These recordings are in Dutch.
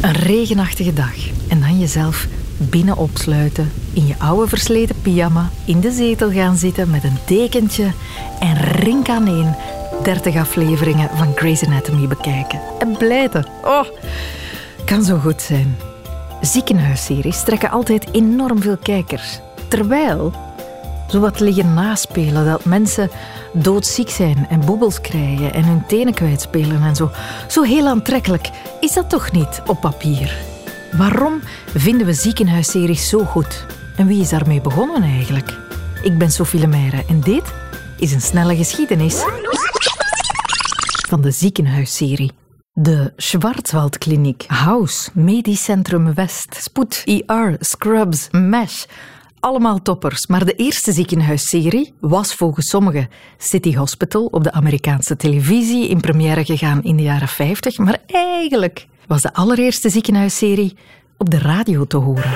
Een regenachtige dag en dan jezelf binnen opsluiten, in je oude versleten pyjama, in de zetel gaan zitten met een dekentje en rink aan één 30 afleveringen van Grey's Anatomy bekijken. En blijten. Oh, kan zo goed zijn. Ziekenhuisseries trekken altijd enorm veel kijkers. Terwijl zo wat liggen naspelen dat mensen doodziek zijn en boebels krijgen en hun tenen kwijtspelen en zo. Zo heel aantrekkelijk is dat toch niet op papier? Waarom vinden we ziekenhuisseries zo goed? En wie is daarmee begonnen eigenlijk? Ik ben Sophie Lemaire en dit is een snelle geschiedenis van de ziekenhuisserie. De Schwarzwaldkliniek, House, Medisch Centrum West, Spoed, ER, Scrubs, MASH. Allemaal toppers, maar de eerste ziekenhuisserie was volgens sommigen City Hospital op de Amerikaanse televisie in première gegaan in de jaren 50, maar eigenlijk was de allereerste ziekenhuisserie op de radio te horen.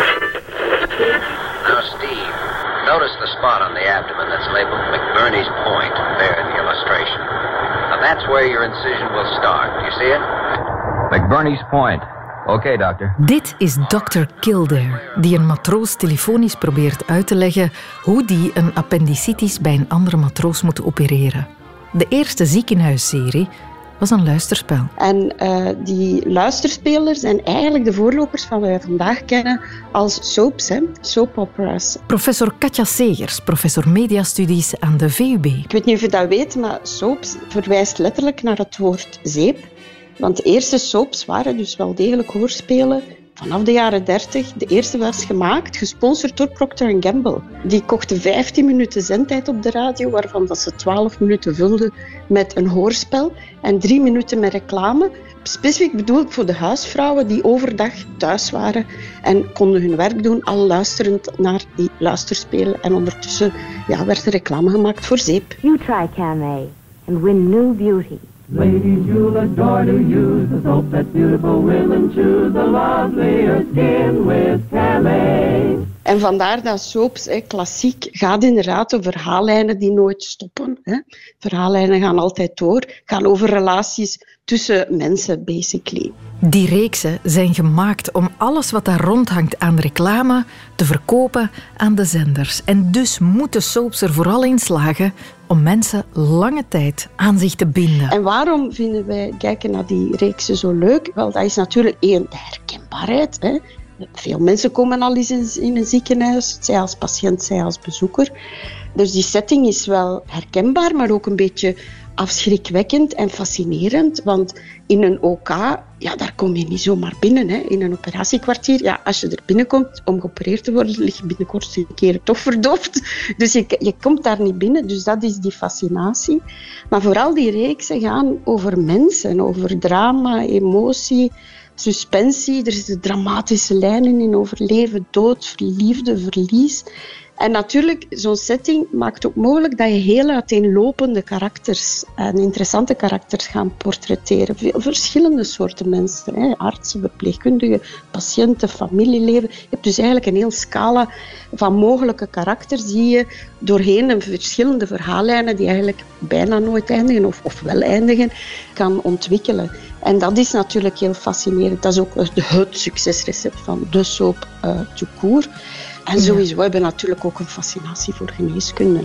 Now Steve, notice the spot on the abdomen that's labeled McBurney's Point there in the illustration. Now that's where your incision will start. Do you see it? McBurney's Point. Oké, dokter. Dit is Dr. Kildare, die een matroos telefonisch probeert uit te leggen hoe die een appendicitis bij een andere matroos moet opereren. De eerste ziekenhuisserie was een luisterspel. En die luisterspelers zijn eigenlijk de voorlopers van wat wij vandaag kennen als soaps, soap operas. Professor Katja Segers, professor mediastudies aan de VUB. Ik weet niet of je dat weet, maar soaps verwijst letterlijk naar het woord zeep. Want de eerste soaps waren dus wel degelijk hoorspelen vanaf de jaren 30. De eerste was gemaakt, gesponsord door Procter & Gamble. Die kochten 15 minuten zendtijd op de radio, waarvan dat ze 12 minuten vulden met een hoorspel en 3 minuten met reclame. Specifiek bedoeld voor de huisvrouwen die overdag thuis waren en konden hun werk doen, al luisterend naar die luisterspelen. En ondertussen werd er reclame gemaakt voor zeep. You try Camay and win new beauty. Ladies, you'll adore to use the soap that beautiful women choose. The lovelier skin with Camay. En vandaar dat soaps, klassiek, gaat inderdaad over verhaallijnen die nooit stoppen. Verhaallijnen gaan altijd door, gaan over relaties tussen mensen, basically. Die reeksen zijn gemaakt om alles wat daar rondhangt aan reclame te verkopen aan de zenders. En dus moeten soaps er vooral in slagen om mensen lange tijd aan zich te binden. En waarom vinden wij kijken naar die reeksen zo leuk? Wel, dat is natuurlijk één, de herkenbaarheid. Veel mensen komen al eens in een ziekenhuis, zij als patiënt, zij als bezoeker. Dus die setting is wel herkenbaar, maar ook een beetje afschrikwekkend en fascinerend. Want in een OK, daar kom je niet zomaar binnen. In een operatiekwartier, als je er binnenkomt om geopereerd te worden, lig je binnenkort een keer toch verdoofd. Dus je komt daar niet binnen. Dus dat is die fascinatie. Maar vooral die reeksen gaan over mensen, over drama, emotie, suspensie. Er zitten dramatische lijnen in over leven, dood, liefde, verlies. En natuurlijk, zo'n setting maakt ook mogelijk dat je heel uiteenlopende karakters en interessante karakters gaan portretteren. Veel verschillende soorten mensen. Artsen, verpleegkundigen, patiënten, familieleven. Je hebt dus eigenlijk een heel scala van mogelijke karakters die je doorheen de verschillende verhaallijnen, die eigenlijk bijna nooit eindigen of wel eindigen, kan ontwikkelen. En dat is natuurlijk heel fascinerend. Dat is ook het succesrecept van de soap tout court. En sowieso hebben we natuurlijk ook een fascinatie voor geneeskunde.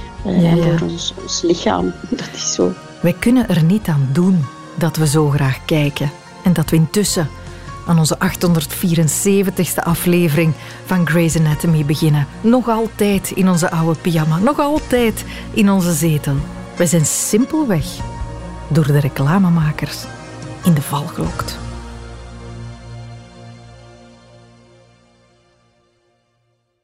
En voor ons lichaam. Dat is zo. Wij kunnen er niet aan doen dat we zo graag kijken. En dat we intussen aan onze 874ste aflevering van Grey's Anatomy beginnen. Nog altijd in onze oude pyjama. Nog altijd in onze zetel. Wij zijn simpelweg door de reclamemakers in de val gelokt.